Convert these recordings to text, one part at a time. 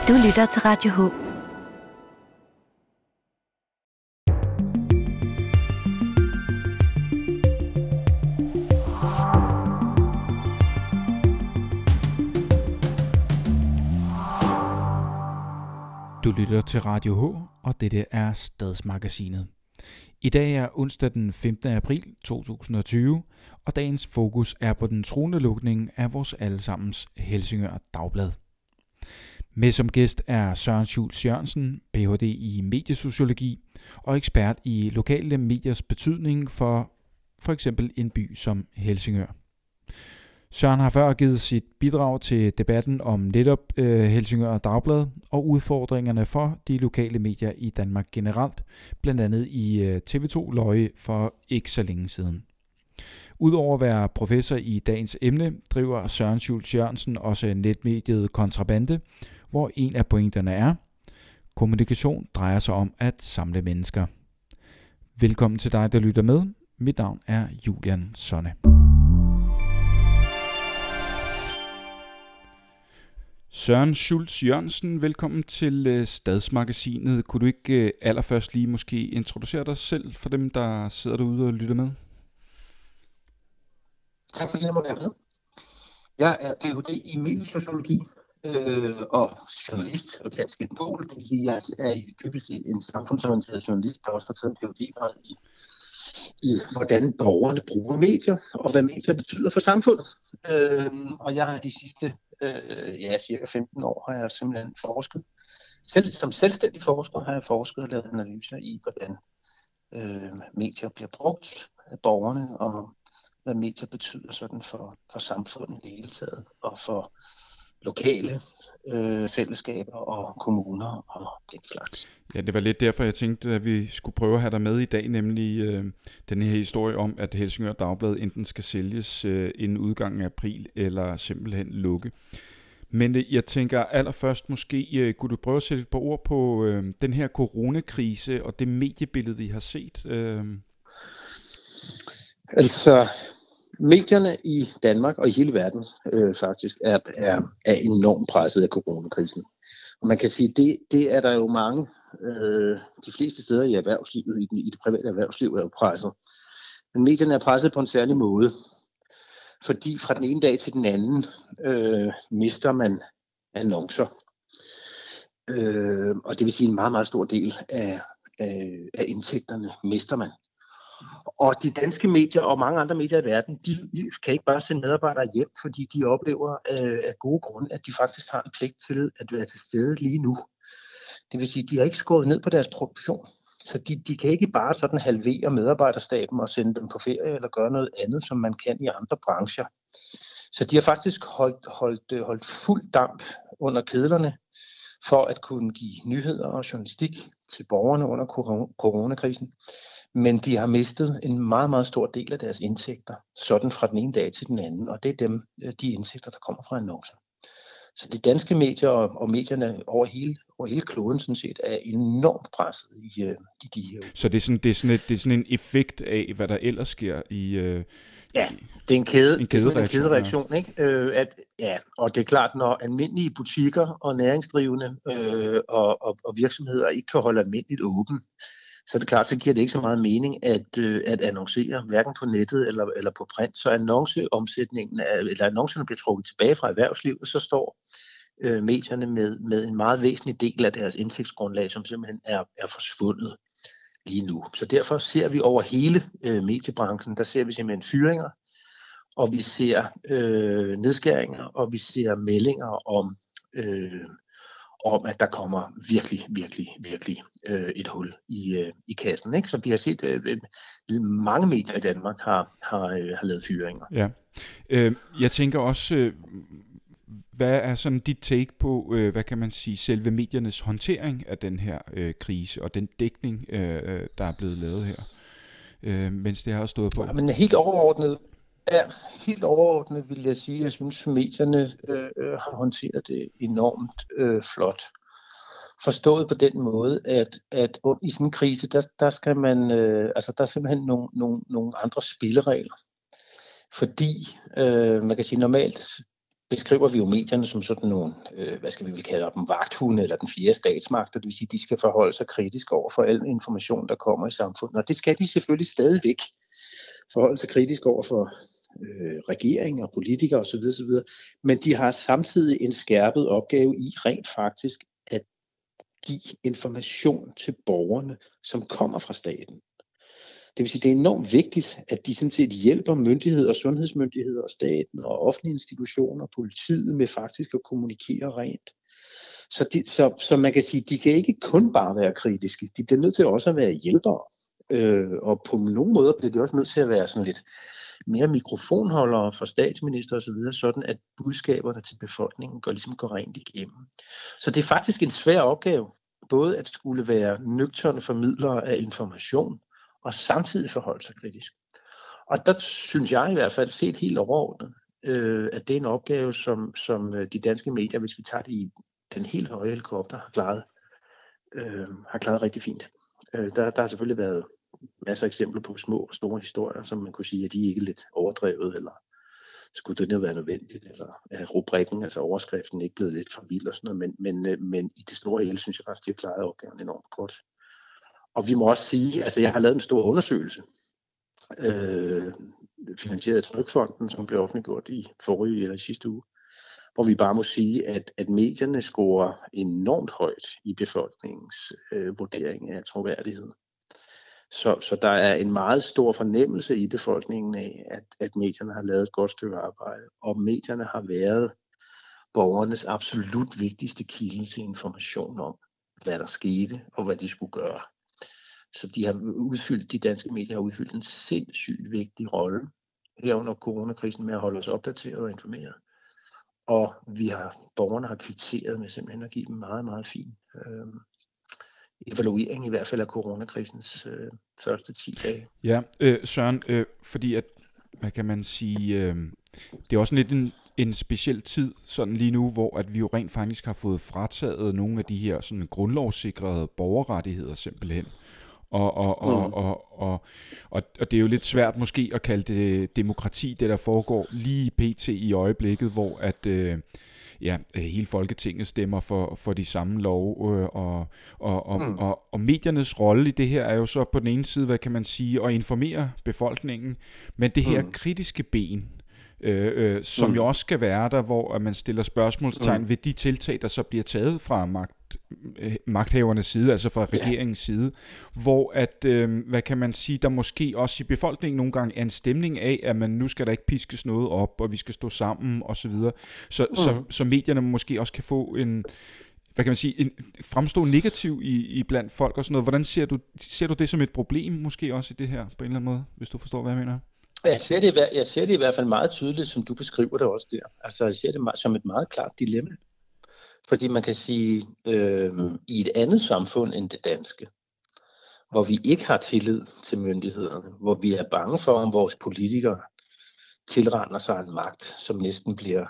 Du lytter til Radio H. Du lytter til Radio H, og dette er Stadsmagasinet. I dag er onsdag den 15. april 2020, og dagens fokus er på den truende lukning af vores allesammens Helsingør Dagblad. Med som gæst er Søren Schultz Jørgensen, Ph.D. i mediesociologi og ekspert i lokale mediers betydning for eksempel en by som Helsingør. Søren har før givet sit bidrag til debatten om netop Helsingør Dagblad og udfordringerne for de lokale medier i Danmark generelt, blandt andet i TV2 Løje for ikke så længe siden. Udover at være professor i dagens emne, driver Søren Schultz Jørgensen også netmediet Kontrabande, hvor en af pointerne er, kommunikation drejer sig om at samle mennesker. Velkommen til dig, der lytter med. Mit navn er Julian Sonne. Søren Schultz Jørgensen, velkommen til Stadsmagasinet. Kunne du ikke allerførst lige måske introducere dig selv for dem, der sidder derude og lytter med? Tak fordi jeg må være med. Jeg er Ph.D. i mediesociologi og journalist og ganske en pol. Det vil sige, at jeg er typisk en samfundsorienteret journalist, der også har taget en Ph.D. i hvordan borgerne bruger medier, og hvad medier betyder for samfundet. Og jeg har de sidste cirka 15 år har jeg simpelthen forsket. Som selvstændig forsker har jeg forsket og lavet analyser i, hvordan medier bliver brugt af borgerne, og hvad medier betyder sådan for samfundet i det hele taget, og for lokale fællesskaber og kommuner og den slags. Ja, det var lidt derfor, jeg tænkte, at vi skulle prøve at have dig med i dag, nemlig den her historie om, at Helsingør Dagblad enten skal sælges inden udgangen af april, eller simpelthen lukke. Men jeg tænker allerførst måske, kunne du prøve at sætte et par ord på den her coronakrise og det mediebillede, vi har set? Altså, medierne i Danmark og i hele verden faktisk er enormt presset af coronakrisen. Og man kan sige, det er der jo mange, de fleste steder i erhvervslivet, i det private erhvervsliv er jo presset. Men medierne er presset på en særlig måde, fordi fra den ene dag til den anden mister man annoncer. Og det vil sige en meget, meget stor del af indtægterne mister man. Og de danske medier og mange andre medier i verden, de kan ikke bare sende medarbejdere hjem, fordi de oplever af gode grunde, at de faktisk har en pligt til at være til stede lige nu. Det vil sige, at de har ikke skåret ned på deres produktion. Så de kan ikke bare sådan halvere medarbejderstaben og sende dem på ferie eller gøre noget andet, som man kan i andre brancher. Så de har faktisk holdt fuld damp under kedlerne for at kunne give nyheder og journalistik til borgerne under coronakrisen. Men de har mistet en meget, meget stor del af deres indtægter, sådan fra den ene dag til den anden. Og det er de indtægter, der kommer fra annoncer. Så de danske medier og medierne over hele kloden sådan set er enormt presset i de her. Så det er sådan en effekt af, hvad der ellers sker i... Ja, det er en kædereaktion, ja. Ikke? Og det er klart, når almindelige butikker og næringsdrivende og virksomheder ikke kan holde almindeligt åben, så er det klart, så giver det ikke så meget mening at annoncere, hverken på nettet eller på print. Så annoncerne bliver trukket tilbage fra erhvervslivet, så står medierne med en meget væsentlig del af deres indtægtsgrundlag, som simpelthen er forsvundet lige nu. Så derfor ser vi over hele mediebranchen, der ser vi simpelthen fyringer, og vi ser nedskæringer, og vi ser meldinger om, at der kommer virkelig et hul i kassen. Ikke? Så vi har set, mange medier i Danmark har lavet fyringer. Ja. Jeg tænker også, hvad er sådan dit take på, hvad kan man sige, selve mediernes håndtering af den her krise, og den dækning, der er blevet lavet her, mens det har stået på? Ja, men helt overordnet vil jeg sige, at jeg synes, at medierne har håndteret det enormt flot. Forstået på den måde, at i sådan en krise, der skal man, der er simpelthen nogle andre spilleregler. Fordi, man kan sige normalt, beskriver vi jo medierne som sådan nogle, hvad skal vi kalde dem, vagthunde eller den fjerde statsmagt, og det vil sige, at de skal forholde sig kritisk over for al information, der kommer i samfundet. Og det skal de selvfølgelig stadigvæk forholde sig kritisk over for regeringer og politikere osv. osv. Men de har samtidig en skærpet opgave i rent faktisk at give information til borgerne, som kommer fra staten. Det vil sige, det er enormt vigtigt, at de sådan set hjælper myndigheder, sundhedsmyndigheder og staten og offentlige institutioner og politiet med faktisk at kommunikere rent. Så man kan sige, de kan ikke kun bare være kritiske, de bliver nødt til også at være hjælpere. Og på nogle måder bliver de også nødt til at være sådan lidt mere mikrofonholdere for statsminister og så videre, sådan at budskaberne til befolkningen går rent igennem. Så det er faktisk en svær opgave, både at skulle være nøgterne formidlere af information, og samtidig forholde sig kritisk. Og der synes jeg i hvert fald, set helt overordnet, at det er en opgave, som de danske medier, hvis vi tager det i den helt høje helikopter, har klaret rigtig fint. Der har selvfølgelig været masser af eksempler på små og store historier, som man kunne sige, at de ikke er lidt overdrevet, eller skulle det nu være nødvendigt, eller er rubrikken, altså overskriften, ikke blevet lidt for vild og sådan noget, men i det store hele, synes jeg faktisk, de har klaret opgaven enormt godt. Og vi må også sige, altså jeg har lavet en stor undersøgelse, finansieret af Trygfonden, som blev offentliggjort i forrige eller sidste uge, hvor vi bare må sige, at medierne scorer enormt højt i befolkningens vurdering af troværdighed. Så der er en meget stor fornemmelse i befolkningen af, at medierne har lavet et godt stykke arbejde, og medierne har været borgernes absolut vigtigste kilde til information om, hvad der skete og hvad de skulle gøre. Så de danske medier har udfyldt en sindssygt vigtig rolle her under coronakrisen med at holde os opdateret og informeret. Og borgerne har kvitteret med simpelthen at give dem meget, meget fin evaluering, i hvert fald af coronakrisens første 10 dage. Ja, Søren, fordi at, hvad kan man sige, det er også lidt en speciel tid sådan lige nu, hvor at vi jo rent faktisk har fået frataget nogle af de her sådan grundlovssikrede borgerrettigheder simpelthen. Og det er jo lidt svært måske at kalde det demokrati, det der foregår lige pt. I øjeblikket, hvor at hele Folketinget stemmer for de samme love, og mediernes rolle i det her er jo så på den ene side, hvad kan man sige, at informere befolkningen, men det her kritiske ben, som jo også skal være der, hvor man stiller spørgsmålstegn ved de tiltag, der så bliver taget fra magthavernes side, altså fra regeringens side, hvor at, hvad kan man sige, der måske også i befolkningen nogle gange er en stemning af, at man nu skal der ikke piskes noget op, og vi skal stå sammen, og så videre. Så medierne måske også kan få en, hvad kan man sige, fremstå negativ i blandt folk og sådan noget. Hvordan ser du det som et problem måske også i det her, på en eller anden måde, hvis du forstår, hvad jeg mener? Jeg ser det i hvert fald meget tydeligt, som du beskriver det også der. Altså, jeg ser det som et meget klart dilemma. Fordi man kan sige, i et andet samfund end det danske, hvor vi ikke har tillid til myndighederne, hvor vi er bange for, om vores politikere tilrender sig en magt, som næsten bliver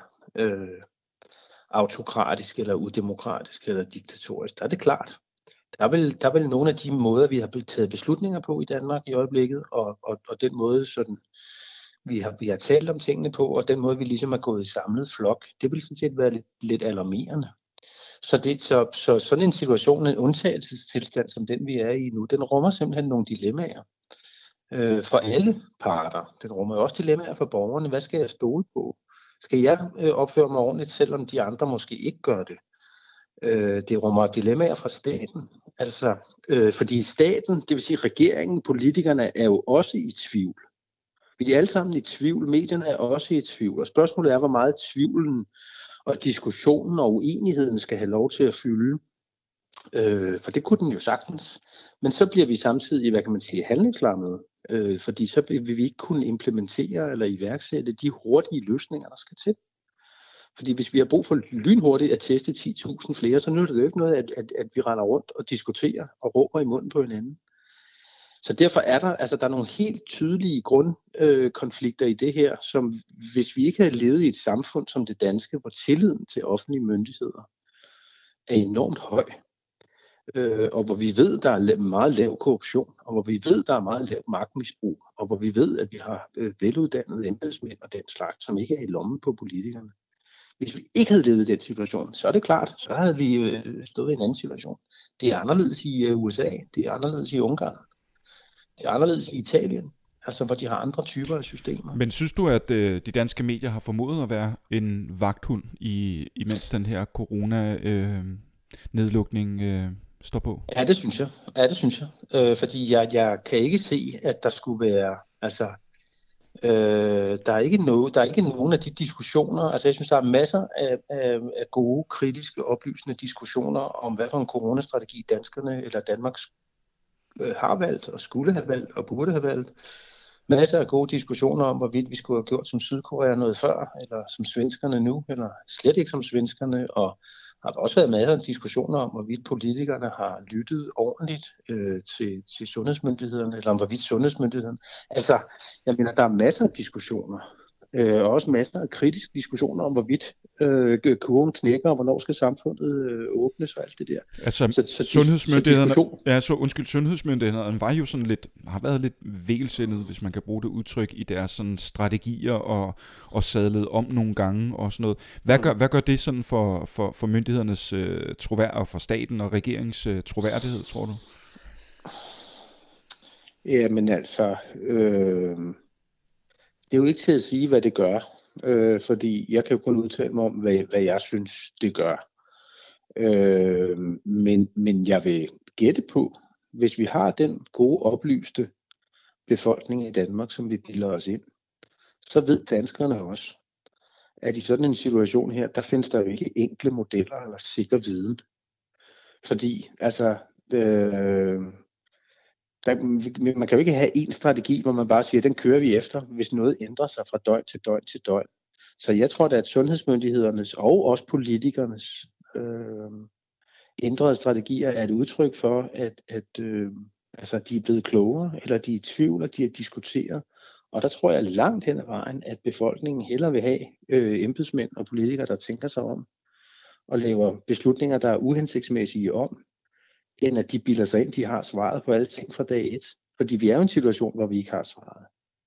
autokratisk eller udemokratisk eller diktatorisk, der er det klart. Der er vel nogle af de måder, vi har taget beslutninger på i Danmark i øjeblikket, og den måde, sådan, vi har talt om tingene på, og den måde, vi ligesom er gået i samlet flok, det vil sådan set være lidt alarmerende. Så sådan en situation, en undtagelsestilstand, som den vi er i nu, den rummer simpelthen nogle dilemmaer for alle parter. Den rummer også dilemmaer for borgerne. Hvad skal jeg stole på? Skal jeg opføre mig ordentligt, selvom de andre måske ikke gør det? Det rummer dilemmaer fra staten. Altså, fordi staten, det vil sige regeringen, politikerne, er jo også i tvivl. Vi er alle sammen i tvivl. Medierne er også i tvivl. Og spørgsmålet er, hvor meget tvivlen og diskussionen og uenigheden skal have lov til at fylde. For det kunne den jo sagtens. Men så bliver vi samtidig, hvad kan man sige, handlingslammede. Fordi så vil vi ikke kunne implementere eller iværksætte de hurtige løsninger, der skal til. Fordi hvis vi har brug for lynhurtigt at teste 10.000 flere, så nytter det jo ikke noget, at vi render rundt og diskuterer og råber i munden på hinanden. Så derfor er der er nogle helt tydelige grundkonflikter i det her, som hvis vi ikke havde levet i et samfund som det danske, hvor tilliden til offentlige myndigheder er enormt høj, og hvor vi ved, der er meget lav korruption, og hvor vi ved, der er meget lav magtmisbrug, og hvor vi ved, at vi har veluddannede embedsmænd og den slags, som ikke er i lommen på politikerne. Hvis vi ikke havde levet i den situation, så er det klart, så havde vi stået i en anden situation. Det er anderledes i USA, det er anderledes i Ungarn, det er anderledes i Italien, altså hvor de har andre typer af systemer. Men synes du, at de danske medier har formået at være en vagthund, imens den her corona-nedlukning står på? Ja, det synes jeg. Fordi jeg kan ikke se, at der skulle være, altså, der er ikke nogen af de diskussioner, altså jeg synes, der er masser af gode, kritiske, oplysende diskussioner om, hvad for en coronastrategi danskerne eller Danmark har valgt, og skulle have valgt, og burde have valgt. Masser af gode diskussioner om, hvorvidt vi skulle have gjort som Sydkorea noget før, eller som svenskerne nu, eller slet ikke som svenskerne, og har der også været masser af diskussioner om, hvorvidt politikerne har lyttet ordentligt til sundhedsmyndighederne, eller om hvorvidt sundhedsmyndighederne. Altså, jeg mener, der er masser af diskussioner, og også masser af kritiske diskussioner om, hvorvidt kurven knækker, og hvornår skal samfundet åbnes og alt det der. Altså, sundhedsmyndighederne var jo sådan lidt, har været lidt velsindede, hvis man kan bruge det udtryk, i deres sådan strategier og sadlet om nogle gange og sådan noget. Hvad gør det sådan for myndighedernes troværdighed, og for staten og regeringens troværdighed, tror du? Jamen altså, det er jo ikke til at sige, hvad det gør, fordi jeg kan jo kun udtale mig om, hvad jeg synes, det gør. Men jeg vil gætte på, hvis vi har den gode, oplyste befolkning i Danmark, som vi bilder os ind, så ved danskerne også, at i sådan en situation her, der findes der jo ikke enkle modeller eller sikker viden. Fordi, altså, man kan jo ikke have en strategi, hvor man bare siger, den kører vi efter, hvis noget ændrer sig fra døgn til døgn til døgn. Så jeg tror, at sundhedsmyndighedernes og også politikernes ændrede strategier er et udtryk for, at altså, de er blevet klogere, eller de er i tvivl, og de har diskuteret. Og der tror jeg langt hen ad vejen, at befolkningen hellere vil have embedsmænd og politikere, der tænker sig om, og laver beslutninger, der er uhensigtsmæssige om, end at de bilder sig ind, de har svaret på alle ting fra dag et. Fordi vi er jo i en situation, hvor vi ikke har svaret.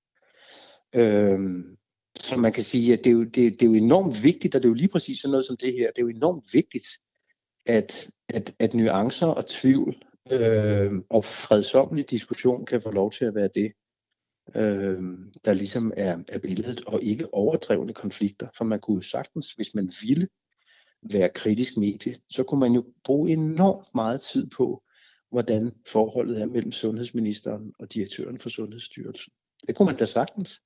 Så man kan sige, at det er jo enormt vigtigt, og det er jo lige præcis sådan noget som det her, det er jo enormt vigtigt, at nuancer og tvivl og fredsommelig diskussion kan få lov til at være det, der ligesom er billedet, og ikke overdrevne konflikter. For man kunne jo sagtens, hvis man ville være kritisk medie, så kunne man jo bruge enormt meget tid på, hvordan forholdet er mellem sundhedsministeren og direktøren for Sundhedsstyrelsen. Det kunne man da sagtens.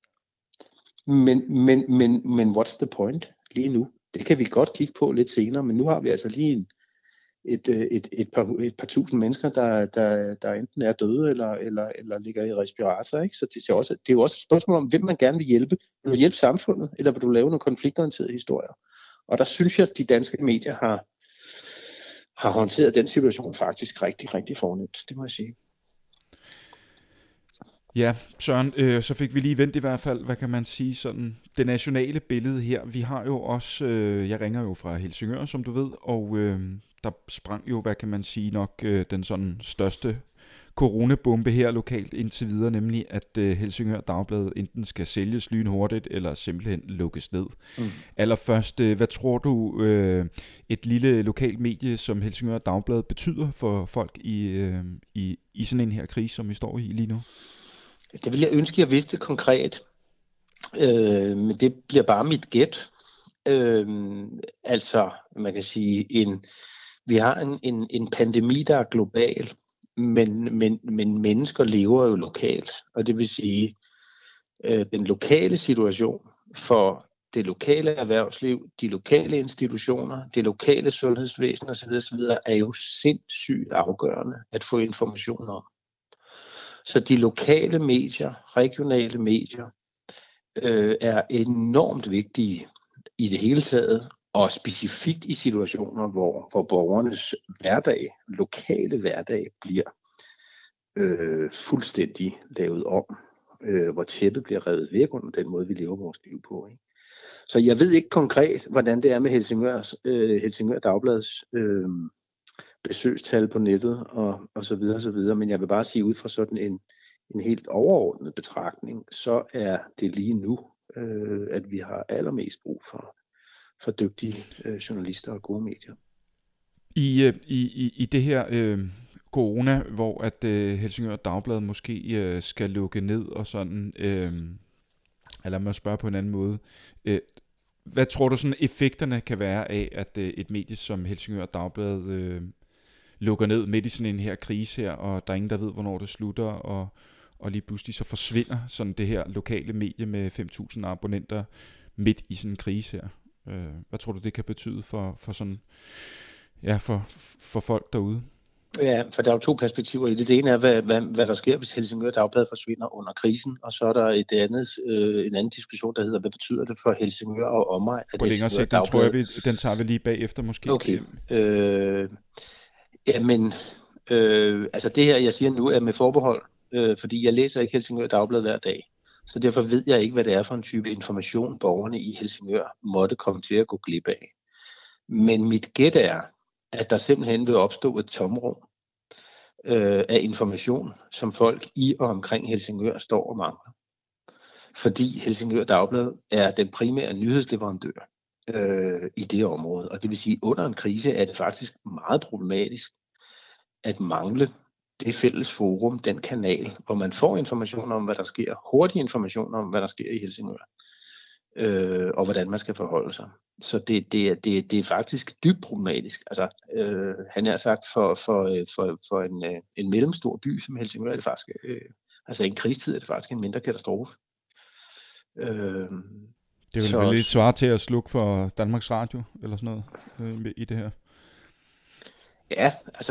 Men what's the point lige nu? Det kan vi godt kigge på lidt senere, men nu har vi altså lige et par tusind mennesker, der enten er døde eller ligger i respirator. Ikke? Så det er jo også et spørgsmål om, hvem man gerne vil hjælpe. Vil du hjælpe samfundet, eller vil du lave nogle konfliktorienterede historier? Og der synes jeg, at de danske medier har håndteret den situation faktisk rigtig, rigtig fornemt. Det må jeg sige. Ja, Søren, så fik vi lige vendt i hvert fald, hvad kan man sige, sådan det nationale billede her. Vi har jo også, jeg ringer jo fra Helsingør, som du ved, og der sprang jo, hvad kan man sige, nok den sådan største coronabombe her lokalt indtil videre, nemlig at Helsingør Dagblad enten skal sælges lynhurtigt eller simpelthen lukkes ned. Allerførst, hvad tror du et lille lokalt medie som Helsingør Dagblad betyder for folk i sådan en her krise, som vi står i lige nu? Det vil jeg ønske, jeg vidste konkret, men det bliver bare mit gæt. Altså, man kan sige, vi har en pandemi, der er global, men mennesker lever jo lokalt, og det vil sige, den lokale situation for det lokale erhvervsliv, de lokale institutioner, det lokale sundhedsvæsen osv. er jo sindssygt afgørende at få information om. Så de lokale medier, regionale medier, er enormt vigtige i det hele taget, og specifikt i situationer, hvor borgernes hverdag, lokale hverdag, bliver fuldstændig lavet om, hvor tæppet bliver revet væk under den måde, vi lever vores liv på. Ikke? Så jeg ved ikke konkret, hvordan det er med Helsingør Dagblads besøgstal på nettet og så videre, men jeg vil bare sige ud fra sådan en helt overordnet betragtning, så er det lige nu, at vi har allermest brug for dygtige journalister og gode medier. I det her corona, hvor at Helsingør Dagblad måske skal lukke ned og sådan, eller man spørger på en anden måde, hvad tror du sådan effekterne kan være af, at et medie som Helsingør Dagblad lukker ned midt i sådan en her krise her, og der er ingen, der ved, hvornår det slutter, og lige pludselig så forsvinder sådan det her lokale medie med 5.000 abonnenter midt i sådan en krise her? Hvad tror du, det kan betyde for sådan, ja, for folk derude? Ja, for der er jo to perspektiver i det. Det ene er, hvad der sker, hvis Helsingør Dagblad forsvinder under krisen, og så er der en anden diskussion, der hedder, hvad betyder det for Helsingør og omegn? På længere sigt, den tror jeg, den tager vi lige bagefter måske. Okay. Altså det her, jeg siger nu, er med forbehold, fordi jeg læser ikke Helsingør Dagblad hver dag. Så derfor ved jeg ikke, hvad det er for en type information, borgerne i Helsingør måtte komme til at gå glip af. Men mit gæt er, at der simpelthen vil opstå et tomrum af information, som folk i og omkring Helsingør står og mangler. Fordi Helsingør Dagblad er den primære nyhedsleverandør i det område. Og det vil sige, at under en krise er det faktisk meget problematisk at mangle det fælles forum, den kanal, hvor man får information om, hvad der sker, hurtig information om, hvad der sker i Helsingør, og hvordan man skal forholde sig. Så det er faktisk dybt problematisk. Altså, han har sagt, for en mellemstor by som Helsingør er det faktisk, altså i en krigstid er det faktisk en mindre katastrofe. Det vil vel lidt svare til at slukke for Danmarks Radio, eller sådan noget, i det her? Ja, altså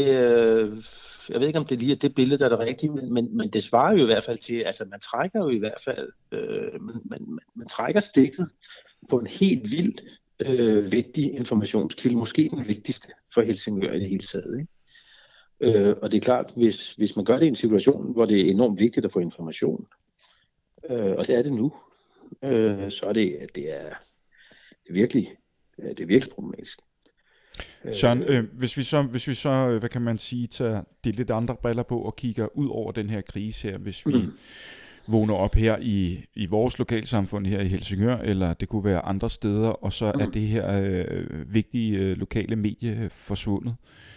jeg ved ikke, om det lige er det billede, der er det rigtige, men det svarer jo i hvert fald til, altså man trækker jo i hvert fald, man trækker stikket på en helt vildt vigtig informationskilde, måske den vigtigste for Helsingør i det hele taget, ikke? Og det er klart, hvis man gør det i en situation, hvor det er enormt vigtigt at få information, og det er det nu, så er det er virkelig problematisk. Søren, hvis vi så, hvad kan man sige, tager de lidt andre briller på og kigger ud over den her krise her, hvis vi vågner op her i vores lokalsamfund her i Helsingør, eller det kunne være andre steder, og så er det her vigtige lokale medie forsvundet.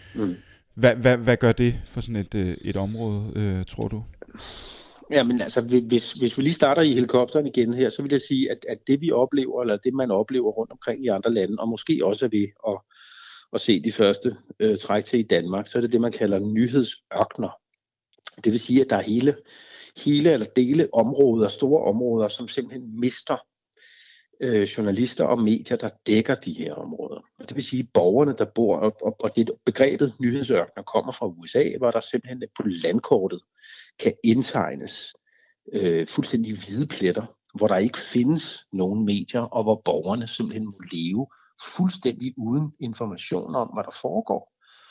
Hvad gør det for sådan et område, tror du? Jamen altså, hvis vi lige starter i helikopteren igen her, så vil jeg sige, at det vi oplever, eller det man oplever rundt omkring i andre lande, og måske også er ved at se de første træk til i Danmark, så er det man kalder nyhedsørkner. Det vil sige, at der er hele eller dele områder, store områder, som simpelthen mister journalister og medier, der dækker de her områder. Og det vil sige, at borgerne, der bor, og det begrebet nyhedsørkner kommer fra USA, hvor der simpelthen på landkortet kan indtegnes fuldstændig hvide pletter, hvor der ikke findes nogen medier, og hvor borgerne simpelthen må leve fuldstændig uden information om, hvad der foregår.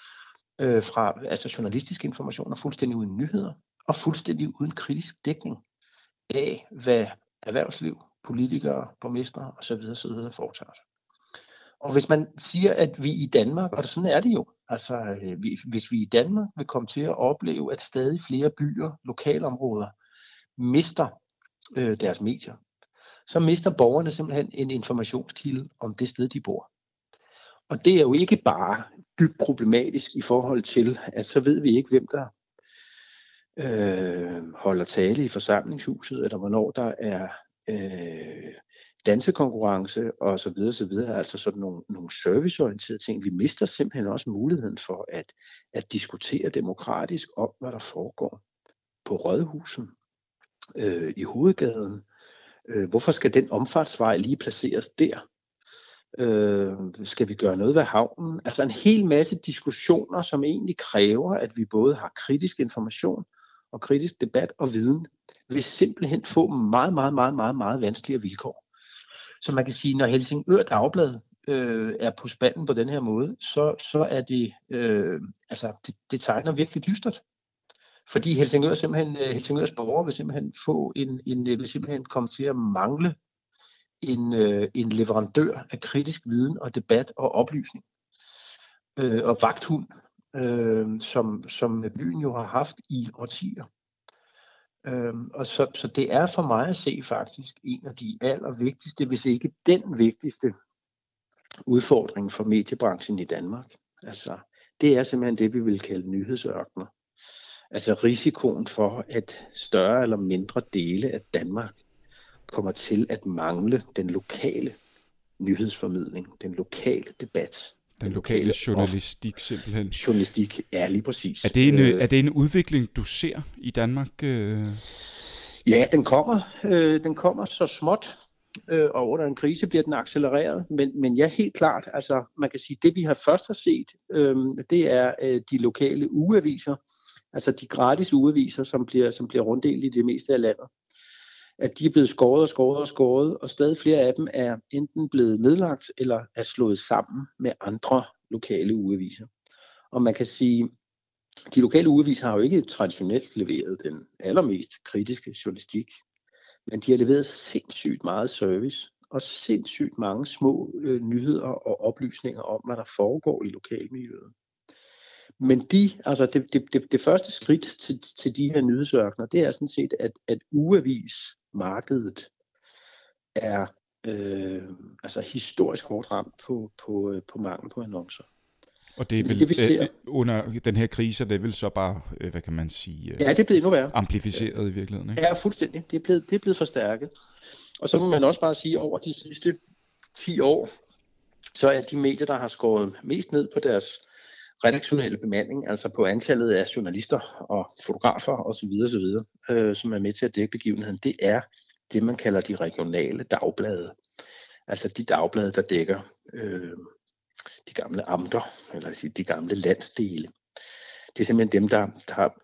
Altså journalistiske informationer, fuldstændig uden nyheder, og fuldstændig uden kritisk dækning af, hvad erhvervsliv, politikere, borgmestre osv. foretager sig. Og hvis man siger, at vi i Danmark, og sådan er det jo, altså hvis vi i Danmark vil komme til at opleve, at stadig flere byer, lokalområder, mister deres medier, så mister borgerne simpelthen en informationskilde om det sted, de bor. Og det er jo ikke bare dybt problematisk i forhold til, at så ved vi ikke, hvem der holder tale i forsamlingshuset, eller hvornår der er dansekonkurrence og så videre, altså sådan nogle serviceorienterede ting. Vi mister simpelthen også muligheden for at diskutere demokratisk om, hvad der foregår på Rådhuset, i hovedgaden. Hvorfor skal den omfartsvej lige placeres der? Skal vi gøre noget ved havnen? Altså en hel masse diskussioner, som egentlig kræver, at vi både har kritisk information og kritisk debat og viden, vil simpelthen få meget, meget, meget, meget, meget vanskeligere vilkår. Så man kan sige, når Helsingør Dagblad er på spanden på den her måde, så er det, det tegner virkelig dystert. Fordi Helsingørs borgere vil simpelthen vil simpelthen komme til at mangle en leverandør af kritisk viden og debat og oplysning. Og vagthund, som byen jo har haft i årtier. Og så det er for mig at se faktisk en af de allervigtigste, hvis ikke den vigtigste udfordring for mediebranchen i Danmark. Altså, det er simpelthen det, vi vil kalde nyhedsørkener. Altså risikoen for, at større eller mindre dele af Danmark kommer til at mangle den lokale nyhedsformidling, den lokale debat. Den lokale journalistik simpelthen. Journalistik, ja, lige præcis. Er det en udvikling, du ser i Danmark? Ja, den kommer så småt, og under en krise bliver den accelereret, men ja, helt klart, altså man kan sige, det vi først har set, det er de lokale ugeaviser, altså de gratis ugeaviser, som bliver runddelt i det meste af landet, at de er blevet skåret, og stadig flere af dem er enten blevet nedlagt, eller er slået sammen med andre lokale ugeaviser. Og man kan sige, de lokale ugeaviser har jo ikke traditionelt leveret den allermest kritiske journalistik, men de har leveret sindssygt meget service og sindssygt mange små nyheder og oplysninger om, hvad der foregår i lokalmiljøet. Men det første skridt til de her nyhedsørkener, det er sådan set, at ugeavismarkedet er historisk hårdt ramt på mangel på annoncer. Og det er vel under den her krise, det er vel så bare, hvad kan man sige, ja, det er blevet endnu værre. Amplificeret i virkeligheden, ikke? Ja, fuldstændig. Det er blevet forstærket. Og så må man også bare sige, over de sidste 10 år, så er de medier, der har skåret mest ned på deres redaktionelle bemanding, altså på antallet af journalister og fotografer osv., som er med til at dække begivenheden, det er det, man kalder de regionale dagblade. Altså de dagblade, der dækker de gamle amter, eller de gamle landsdele. Det er simpelthen dem, der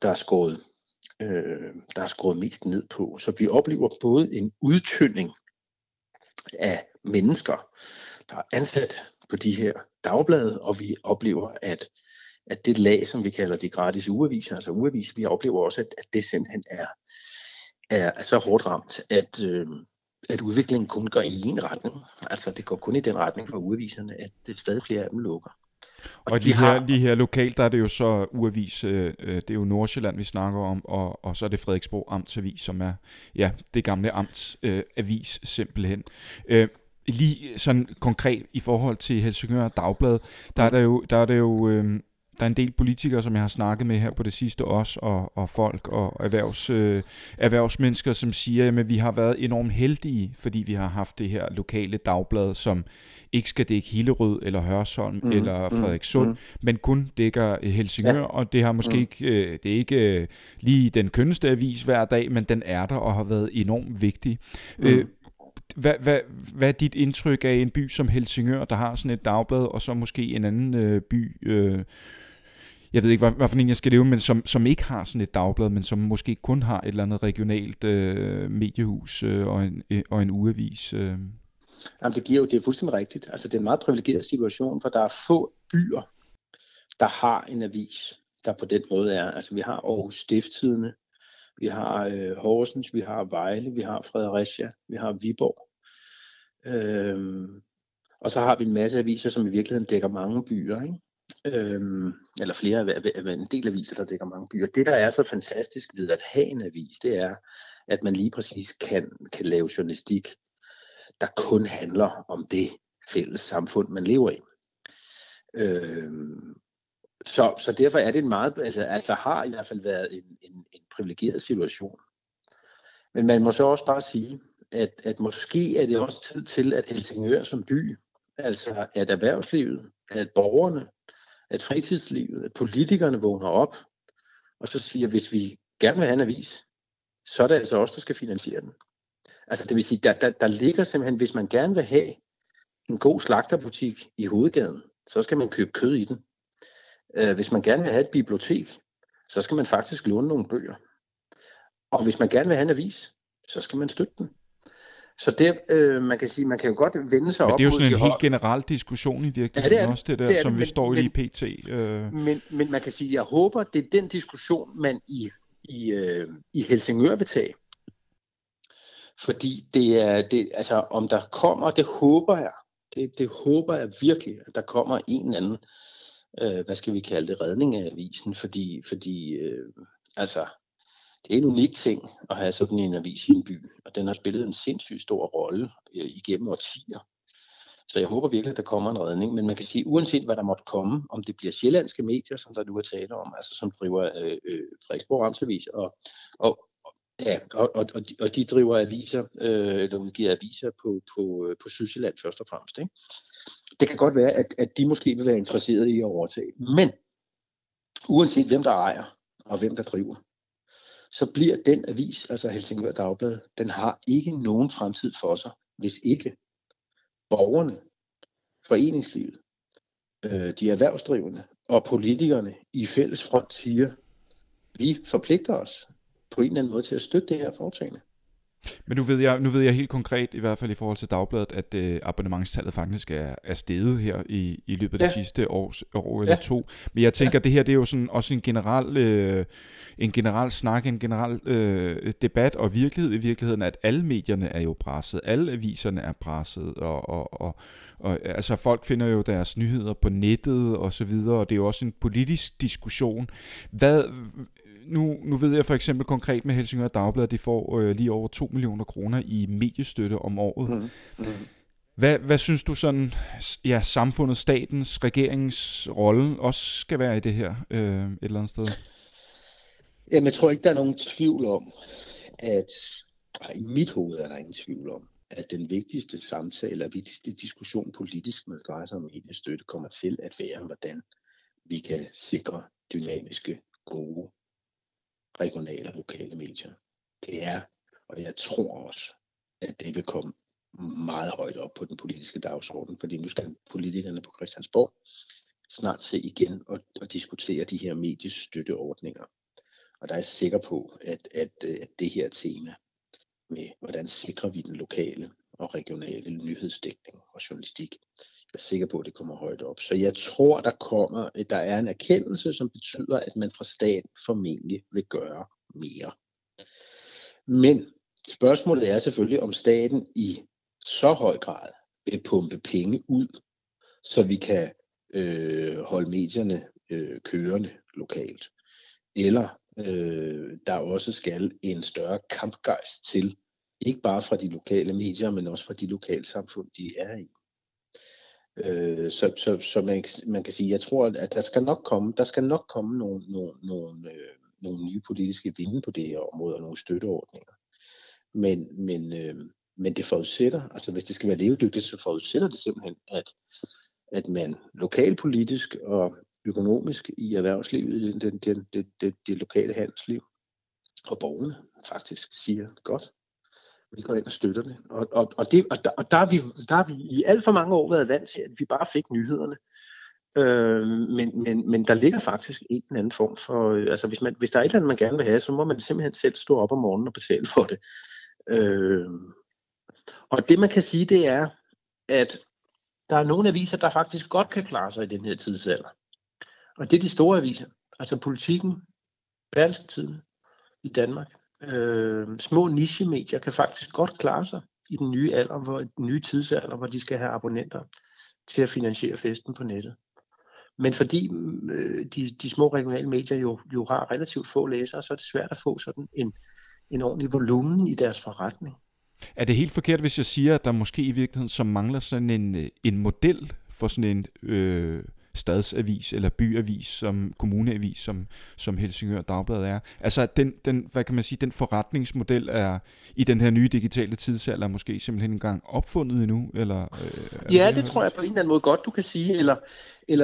er skåret mest ned på. Så vi oplever både en udtynding af mennesker, der er ansat på de her dagblade, og vi oplever, at det lag, som vi kalder de gratis ugeaviser, altså ugeaviser, vi oplever også, at det simpelthen er så hårdt ramt, at udviklingen kun går i en retning. Altså det går kun i den retning for ugeaviserne, at det stadig flere af dem lukker. Og lige her lokalt, der er det jo så ugeavis, det er jo Nordsjælland, vi snakker om, og så er det Frederiksborg Amtsavis, som er det gamle amtsavis simpelthen. Lige sådan konkret i forhold til Helsingør Dagblad, der er en del politikere, som jeg har snakket med her på det sidste også, og folk og erhvervsmennesker, som siger, at vi har været enormt heldige, fordi vi har haft det her lokale dagblad, som ikke skal dække Hillerød eller Hørsholm eller Frederikssund, men kun dækker Helsingør, og det har måske ikke, det er ikke lige den kønneste avis hver dag, men den er der og har været enormt vigtig. Hvad er dit indtryk af en by som Helsingør, der har sådan et dagblad, og så måske en anden by, jeg ved ikke, hvad for en jeg skal leve, men som ikke har sådan et dagblad, men som måske kun har et eller andet regionalt mediehus og en ugeavis? Jamen, det er fuldstændig rigtigt. Altså, det er en meget privilegeret situation, for der er få byer, der har en avis, der på den måde er. Altså, vi har Aarhus Stiftstidende, vi har Horsens, vi har Vejle, vi har Fredericia, vi har Viborg. Og så har vi en masse aviser, som i virkeligheden dækker mange byer, ikke? Eller flere af en del aviser, der dækker mange byer. Det, der er så fantastisk ved at have en avis, det er, at man lige præcis kan lave journalistik, der kun handler om det fælles samfund, man lever i. Så derfor er det en meget, altså har i hvert fald været en privilegeret situation. Men man må så også bare sige, at måske er det også tid til, at Helsingør som by, altså at erhvervslivet, at borgerne, at fritidslivet, at politikerne vågner op, og så siger, at hvis vi gerne vil have en avis, så er det altså os, der skal finansiere den. Altså det vil sige, der ligger simpelthen, hvis man gerne vil have en god slagterbutik i hovedgaden, så skal man købe kød i den. Hvis man gerne vil have et bibliotek, så skal man faktisk låne nogle bøger. Og hvis man gerne vil have en avis, så skal man støtte den. Så det, man kan sige, man kan jo godt vende sig op. Men det er jo sådan en helt generel diskussion i virkeligheden, ja, også det der, som vi står i pt. Men man kan sige, jeg håber, det er den diskussion, man i Helsingør vil tage. Fordi altså om der kommer, det håber jeg, det håber jeg virkelig, at der kommer en eller anden, hvad skal vi kalde det, redning af avisen, fordi altså, det er en unik ting at have sådan en avis i en by, og den har spillet en sindssygt stor rolle igennem årtier. Så jeg håber virkelig, at der kommer en redning. Men man kan sige, uanset hvad der måtte komme, om det bliver sjællandske medier, som der nu er tale om, altså som driver Frederiksborg Amtsavis, og de driver aviser, eller udgiver aviser på Sydsjælland først og fremmest. Ikke? Det kan godt være, at de måske vil være interesserede i at overtage. Men uanset hvem der ejer, og hvem der driver, så bliver den avis, altså Helsingør Dagblad, den har ikke nogen fremtid for sig, hvis ikke borgerne, foreningslivet, de erhvervsdrivende og politikerne i fælles front siger, vi forpligter os på en eller anden måde til at støtte det her foretagende. Men nu ved jeg helt konkret, i hvert fald i forhold til Dagbladet, at abonnementstallet faktisk er steget her i løbet af det sidste år eller to. Men jeg tænker, det her det er jo sådan også en generel snak, en generel debat og virkelighed i virkeligheden, at alle medierne er jo presset, alle aviserne er presset, og altså folk finder jo deres nyheder på nettet og så videre, og det er jo også en politisk diskussion. Nu ved jeg for eksempel konkret med Helsingør Dagblad, at de får lige over 2 millioner kroner i mediestøtte om året. Hvad synes du sådan, samfundet, statens, regeringens rolle også skal være i det her et eller andet sted? Jamen, jeg tror ikke, der er nogen tvivl om, i mit hoved er der ingen tvivl om, at den vigtigste samtale og vigtigste diskussion politisk, når det drejer sig om mediestøtte, kommer til at være, hvordan vi kan sikre dynamiske, gode, regionale og lokale medier. Det er, og jeg tror også, at det vil komme meget højt op på den politiske dagsorden, fordi nu skal politikerne på Christiansborg snart se igen og diskutere de her mediestøtteordninger. Og der er jeg sikker på, at det her tema med, hvordan sikrer vi den lokale og regionale nyhedsdækning og journalistik, jeg er sikker på, at det kommer højt op. Så jeg tror, der er en erkendelse, som betyder, at man fra staten formentlig vil gøre mere. Men spørgsmålet er selvfølgelig, om staten i så høj grad vil pumpe penge ud, så vi kan holde medierne kørende lokalt. Eller der også skal en større kampgejst til, ikke bare fra de lokale medier, men også fra de lokalsamfund, de er i. Så man kan sige, jeg tror, at der skal nok komme nogle nye politiske vinde på det her område og nogle støtteordninger. Men det forudsætter, altså hvis det skal være levedygtigt, så forudsætter det simpelthen, at man lokalpolitisk og økonomisk i erhvervslivet, det lokale handelsliv og borgerne faktisk siger godt. Vi går ind og støtter det. Og der har vi i alt for mange år været vant til, at vi bare fik nyhederne. Men der ligger faktisk en eller anden form for, altså hvis der er et eller andet, man gerne vil have, så må man simpelthen selv stå op om morgenen og betale for det. Og det man kan sige, det er, at der er nogle aviser, der faktisk godt kan klare sig i den her tidsalder. Og det er de store aviser. Altså Politiken, Berlingske Tidende i Danmark. Små nichemedier kan faktisk godt klare sig i den nye alder, den nye tidsalder, hvor de skal have abonnenter til at finansiere festen på nettet. Men fordi de små regionale medier jo har relativt få læsere, så er det svært at få sådan en ordentlig volumen i deres forretning. Er det helt forkert, hvis jeg siger, at der måske i virkeligheden så mangler sådan en model for sådan en stadsavis eller byavis, som kommuneavis, som Helsingør Dagblad er? Altså den hvad kan man sige, den forretningsmodel er i den her nye digitale tidsalder måske simpelthen engang opfundet endnu? Eller, ja, det tror jeg på en eller anden måde godt, du kan sige, eller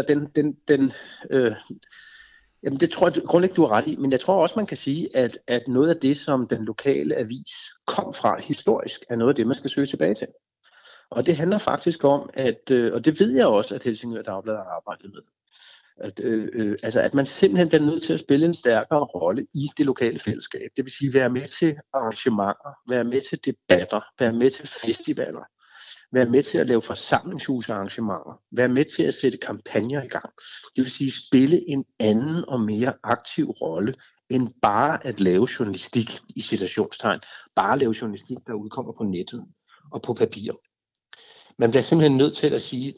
jamen det tror jeg grundlæggende, du har ret i, men jeg tror også, man kan sige, at noget af det, som den lokale avis kom fra historisk, er noget af det, man skal søge tilbage til. Og det handler faktisk om, og det ved jeg også, at Helsingør Dagblad har arbejdet med, at man simpelthen bliver nødt til at spille en stærkere rolle i det lokale fællesskab. Det vil sige være med til arrangementer, være med til debatter, være med til festivaler, være med til at lave forsamlingshusarrangementer, være med til at sætte kampagner i gang. Det vil sige spille en anden og mere aktiv rolle, end bare at lave journalistik i citationstegn. Bare lave journalistik, der udkommer på nettet og på papir. Man bliver simpelthen nødt til at sige,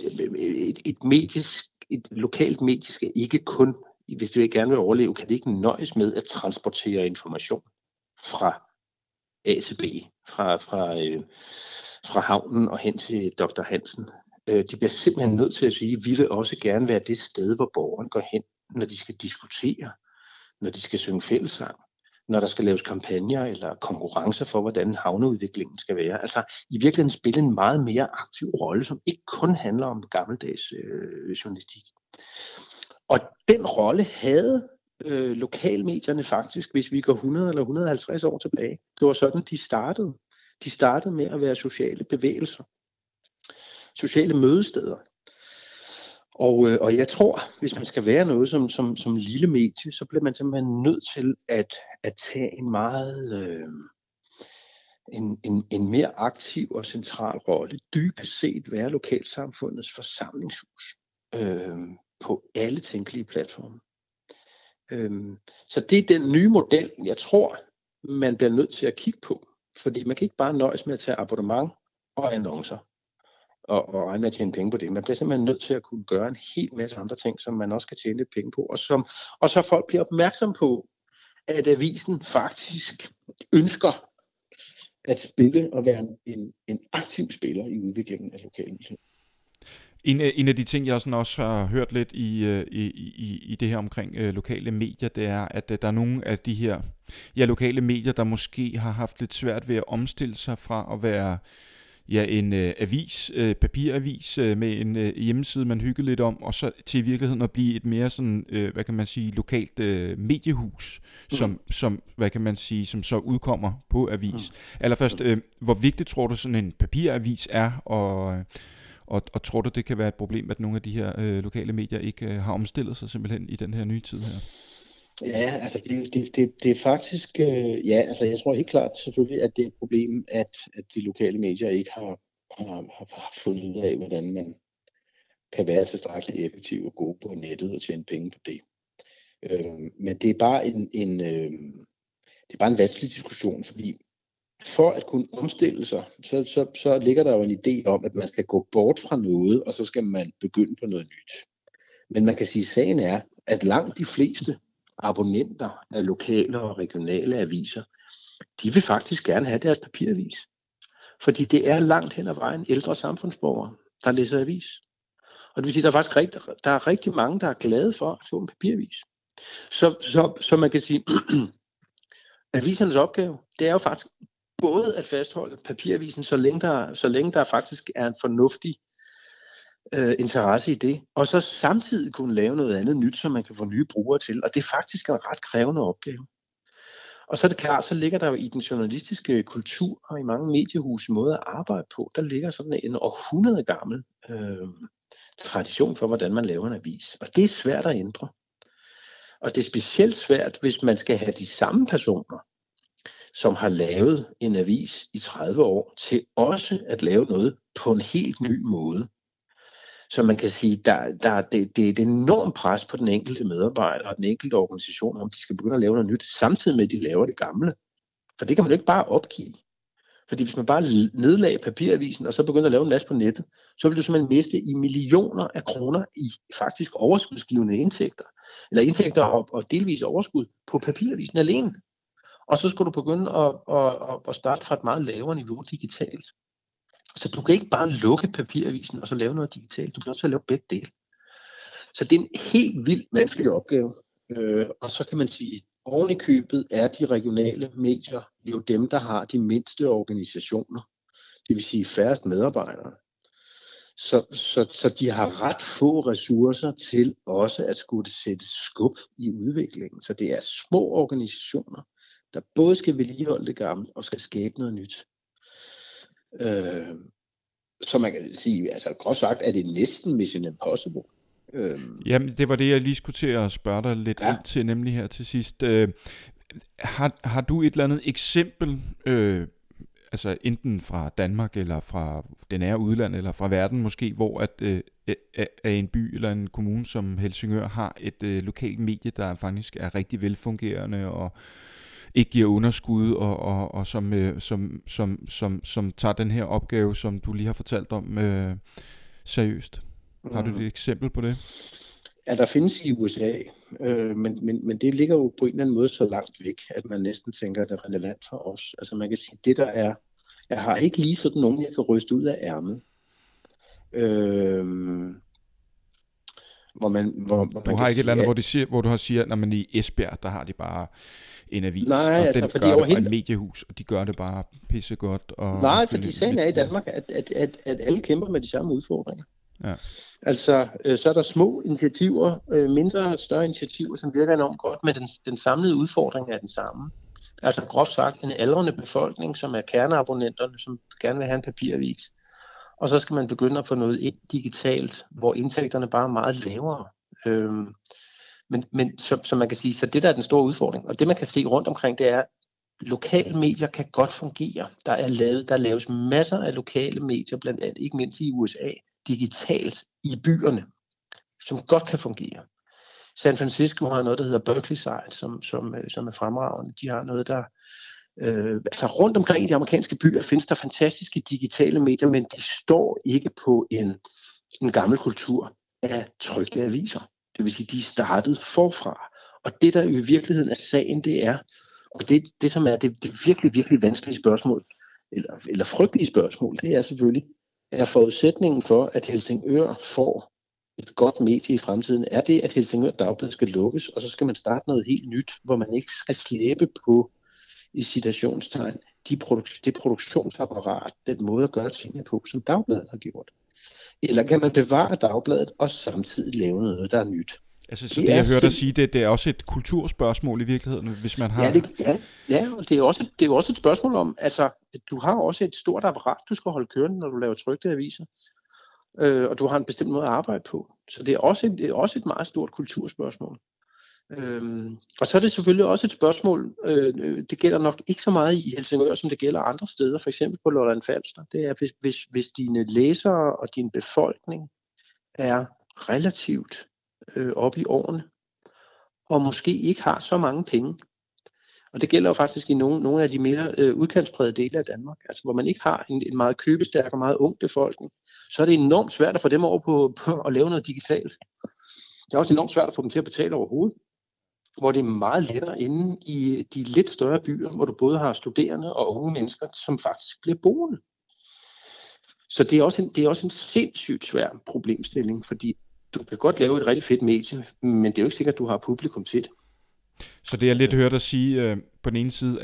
et lokalt medie skal ikke kun, hvis det gerne vil overleve, kan det ikke nøjes med at transportere information fra A til B, fra havnen og hen til Dr. Hansen, De bliver simpelthen nødt til at sige, at vi vil også gerne være det sted, hvor borgeren går hen, når de skal diskutere, når de skal synge fællessang, når der skal laves kampagner eller konkurrencer for, hvordan havneudviklingen skal være. Altså i virkeligheden spille en meget mere aktiv rolle, som ikke kun handler om gammeldags journalistik. Og den rolle havde lokalmedierne faktisk, hvis vi går 100 eller 150 år tilbage. Det var sådan, de startede. De startede med at være sociale bevægelser, sociale mødesteder. Og jeg tror, hvis man skal være noget som lille medie, så bliver man simpelthen nødt til at tage en meget en mere aktiv og central rolle. Dybest set være lokalsamfundets forsamlingshus på alle tænkelige platforme. Så det er den nye model, jeg tror, man bliver nødt til at kigge på. Fordi man kan ikke bare nøjes med at tage abonnement og annoncer og regne med at tjene penge på det. Man bliver simpelthen nødt til at kunne gøre en hel masse andre ting, som man også kan tjene lidt penge på. Og så folk bliver opmærksom på, at avisen faktisk ønsker at spille og være en aktiv spiller i udviklingen af lokalmedier. En af de ting, jeg også har hørt lidt i det her omkring lokale medier, det er, at der er nogle af de her lokale medier, der måske har haft lidt svært ved at omstille sig fra at være en avis, papiravis med en hjemmeside, man hygger lidt om, og så til i virkeligheden at blive et mere sådan, hvad kan man sige, lokalt mediehus, som hvad kan man sige, som så udkommer på avis. Allerførst, hvor vigtigt tror du sådan en papiravis er, og tror du, det kan være et problem, at nogle af de her lokale medier ikke har omstillet sig simpelthen i den her nye tid her? Ja, altså det er faktisk, altså jeg tror helt klart selvfølgelig, at det er et problem, at de lokale medier ikke har fundet ud af, hvordan man kan være tilstrækkeligt effektiv og god på nettet og tjene penge på det. Men det er bare det er bare en vanskelig diskussion, fordi for at kunne omstille sig, så ligger der jo en idé om, at man skal gå bort fra noget, og så skal man begynde på noget nyt. Men man kan sige, at sagen er, at langt de fleste abonnenter af lokale og regionale aviser, de vil faktisk gerne have deres papiravis. Fordi det er langt hen ad vejen ældre samfundsborgere, der læser avis. Og det vil sige, at der er rigtig mange, der er glade for at få en papiravis. Så man kan sige, at avisernes opgave, det er jo faktisk både at fastholde papiravisen, så længe der faktisk er en fornuftig interesse i det, og så samtidig kunne lave noget andet nyt, som man kan få nye brugere til, og det er faktisk en ret krævende opgave. Og så er det klart, så ligger der jo i den journalistiske kultur og i mange mediehus måde at arbejde på, der ligger sådan en århundrede gammel tradition for, hvordan man laver en avis, og det er svært at ændre. Og det er specielt svært, hvis man skal have de samme personer, som har lavet en avis i 30 år, til også at lave noget på en helt ny måde. Så man kan sige, det er et enormt pres på den enkelte medarbejder og den enkelte organisation, om de skal begynde at lave noget nyt, samtidig med, at de laver det gamle. For det kan man jo ikke bare opgive. Fordi hvis man bare nedlagde papiravisen, og så begynder at lave en masse på nettet, så vil du simpelthen miste i millioner af kroner i faktisk overskudsgivende indtægter. Eller indtægter og delvis overskud på papiravisen alene. Og så skal du begynde at starte fra et meget lavere niveau digitalt. Så du kan ikke bare lukke papiravisen og så lave noget digitalt. Du bliver også til at lave begge dele. Så det er en helt vildt vanskelig opgave. Og så kan man sige, oven i købet er de regionale medier jo dem, der har de mindste organisationer. Det vil sige færrest medarbejdere. Så de har ret få ressourcer til også at skulle sætte skub i udviklingen. Så det er små organisationer, der både skal vedligeholde det gamle og skal skabe noget nyt. Så man kan sige, altså groft sagt, er det næsten mission impossible. Jamen, det var det, jeg lige skulle til at spørge dig lidt ind til, nemlig her til sidst. Har du et eller andet eksempel, altså enten fra Danmark, eller fra det nære udland, eller fra verden måske, hvor at en by eller en kommune som Helsingør har et lokalt medie, der faktisk er rigtig velfungerende og ikke giver underskud, og som tager den her opgave, som du lige har fortalt om, seriøst? Har du et eksempel på det? Ja, der findes i USA, men det ligger jo på en eller anden måde så langt væk, at man næsten tænker, at det er relevant for os. Altså man kan sige, det der er, jeg har ikke lige sådan nogen, jeg kan ryste ud af ærmet. Øh, hvor Du man har kan ikke et eller sige, andet, at hvor du har siger, at i Esbjerg, der har de bare en avis, nej, og altså den fordi gør over det bare hele, et mediehus, og de gør det bare pissegodt, og nej, undskyld fordi sagen er i ja, Danmark, at alle kæmper med de samme udfordringer. ja, Altså, så er der små initiativer, mindre og større initiativer, som virker enormt godt, men den samlede udfordring er den samme. Altså groft sagt, en aldrende befolkning, som er kerneabonnenterne, som gerne vil have en papiravis. Og så skal man begynde at få noget ind digitalt, hvor indtægterne bare er meget lavere. Men så man kan sige, så det der er den store udfordring. Og det man kan se rundt omkring, det er, at lokale medier kan godt fungere. Der laves masser af lokale medier, blandt andet ikke mindst i USA, digitalt i byerne, som godt kan fungere. San Francisco har noget, der hedder Berkeley Site, som er fremragende. De har noget, der altså rundt omkring i de amerikanske byer findes der fantastiske digitale medier, men de står ikke på en gammel kultur af trykte aviser. Det vil sige, de er startet forfra. Og det, der i virkeligheden er sagen, det er, og det som er det virkelig, virkelig vanskelige spørgsmål, eller frygtelige spørgsmål, det er selvfølgelig, er forudsætningen for, at Helsingør får et godt medie i fremtiden, er det, at Helsingør Dagblad skal lukkes, og så skal man starte noget helt nyt, hvor man ikke skal slæbe på, i citationstegn, det produktionsapparat, den måde at gøre tingene på, som Dagbladet har gjort. Eller kan man bevare Dagbladet og samtidig lave noget, der er nyt? altså så det jeg hørte dig sige, det er også et kulturspørgsmål i virkeligheden, hvis man har... Ja, og det er jo også et spørgsmål om, altså, du har også et stort apparat, du skal holde kørende, når du laver trykte aviser. Og du har en bestemt måde at arbejde på. Så det er også et meget stort kulturspørgsmål. Og så er det selvfølgelig også et spørgsmål, det gælder nok ikke så meget i Helsingør, som det gælder andre steder, for eksempel på Lolland Falster. Det er, hvis dine læsere og din befolkning er relativt oppe i årene, og måske ikke har så mange penge. Og det gælder jo faktisk i nogle af de mere udkantsprægede dele af Danmark, altså hvor man ikke har en meget købestærk og meget ung befolkning, så er det enormt svært at få dem over på at lave noget digitalt. Det er også enormt svært at få dem til at betale overhovedet, hvor det er meget lettere inde i de lidt større byer, hvor du både har studerende og unge mennesker, som faktisk bliver boende. Så det er også en sindssygt svær problemstilling, fordi du kan godt lave et rigtig fedt medie, men det er jo ikke sikkert, at du har publikum til det. Så det jeg lidt hørte dig sige på den ene side,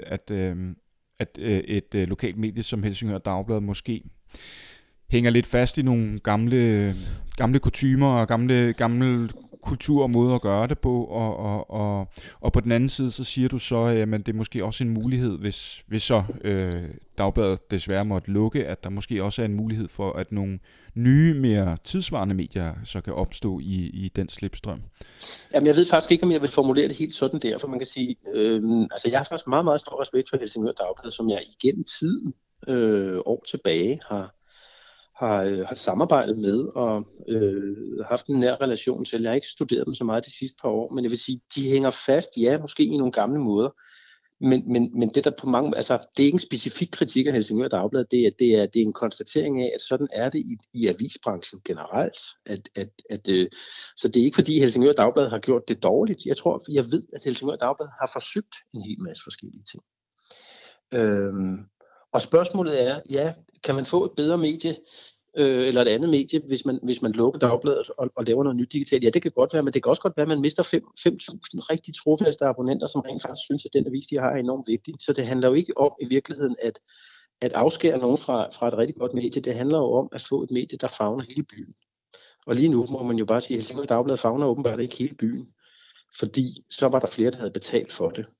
at et lokalt medie som Helsingør Dagblad måske hænger lidt fast i nogle gamle kutymer og gamle kultur og måder at gøre det på, og på den anden side, så siger du så, at det er måske også en mulighed, hvis så Dagbladet desværre måtte lukke, at der måske også er en mulighed for, at nogle nye, mere tidsvarende medier så kan opstå i den slipstrøm. Jamen, jeg ved faktisk ikke, om jeg vil formulere det helt sådan der, for man kan sige, altså jeg har faktisk meget, meget stor respekt for Helsingør Dagblad, som jeg igennem tiden år tilbage har samarbejdet med og haft en nær relation til. Jeg har ikke studeret dem så meget de sidste par år, men jeg vil sige, de hænger fast, ja, måske i nogle gamle måder, men det der på mange, altså det er ikke en specifik kritik af Helsingør Dagblad, det er en konstatering af, at sådan er det i avisbranchen generelt. Så det er ikke fordi Helsingør Dagblad har gjort det dårligt. Jeg ved, at Helsingør Dagblad har forsøgt en hel masse forskellige ting. Og spørgsmålet er, ja, kan man få et bedre medie, eller et andet medie, hvis man lukker Dagbladet og laver noget nyt digitalt? Ja, det kan godt være, men det kan også godt være, at man mister 5.000 rigtig trofaste abonnenter, som rent faktisk synes, at den avis, de har, er enormt vigtig. Så det handler jo ikke om i virkeligheden at afskære nogen fra et rigtig godt medie. Det handler jo om at få et medie, der favner hele byen. Og lige nu må man jo bare sige, at Helsingør Dagblad favner åbenbart ikke hele byen, fordi så var der flere, der havde betalt for det.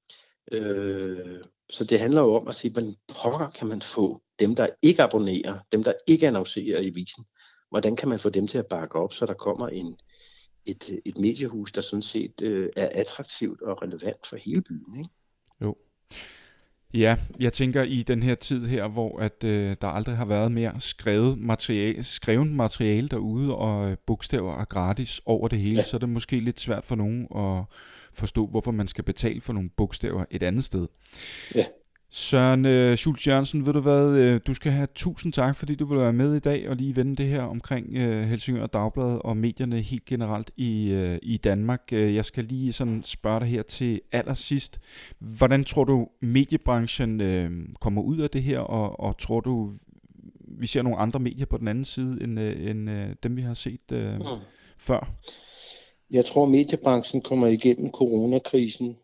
Så det handler jo om at sige, hvordan pokker kan man få dem, der ikke abonnerer, dem, der ikke annoncerer i avisen, hvordan kan man få dem til at bakke op, så der kommer et mediehus, der sådan set er attraktivt og relevant for hele byen, ikke? Jo. Ja, jeg tænker i den her tid her, hvor at der aldrig har været mere skrevet materiale derude, og bogstaver er gratis over det hele, så er det måske lidt svært for nogen at forstå, hvorfor man skal betale for nogle bogstaver et andet sted. Ja. Søren Schultz Jørgensen, ved du hvad, du skal have 1000 tak, fordi du vil være med i dag og lige vende det her omkring Helsingør Dagblad og medierne helt generelt i Danmark. Jeg skal lige sådan spørge dig her til allersidst. Hvordan tror du mediebranchen kommer ud af det her, og tror du vi ser nogle andre medier på den anden side, end dem vi har set før. Jeg tror, mediebranchen kommer igennem coronakrisen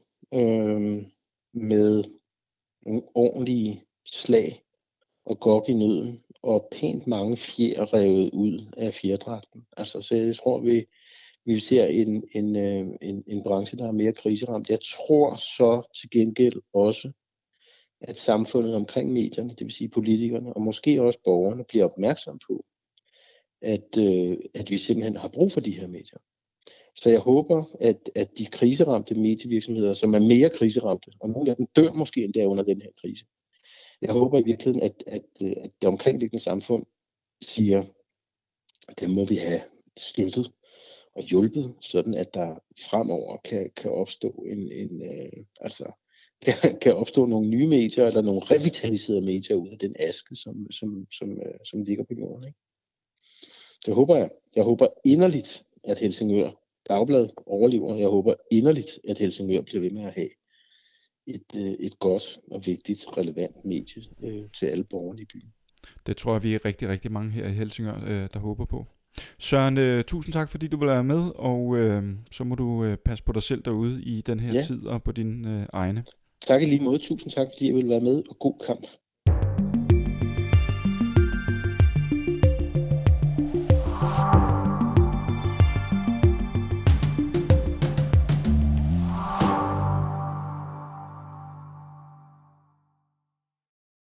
med nogle ordentlige slag og gok i nøden, og pænt mange fjer revet ud af fjerdragten. Altså, så jeg tror, vi ser en branche, der er mere kriseramt. Jeg tror så til gengæld også, at samfundet omkring medierne, det vil sige politikerne, og måske også borgerne, bliver opmærksom på, at vi simpelthen har brug for de her medier. Så jeg håber, at de kriseramte medievirksomheder, som er mere kriseramte, og nogle af dem dør måske endda under den her krise, jeg håber i virkeligheden, at det omkringliggende samfund siger, at det må vi have støttet og hjulpet, sådan at der fremover kan opstå kan opstå nogle nye medier, eller nogle revitaliserede medier ud af den aske, som ligger på jorden. Ikke? Det håber jeg. Jeg håber inderligt, at Helsingør Dagblad overlever. Jeg håber inderligt, at Helsingør bliver ved med at have et godt og vigtigt, relevant medie til alle borgerne i byen. Det tror jeg, vi er rigtig, rigtig mange her i Helsingør, der håber på. Søren, tusind tak, fordi du vil være med, og så må du passe på dig selv derude i den her tid og på dine egne. Tak i lige måde. Tusind tak, fordi jeg ville være med, og god kamp.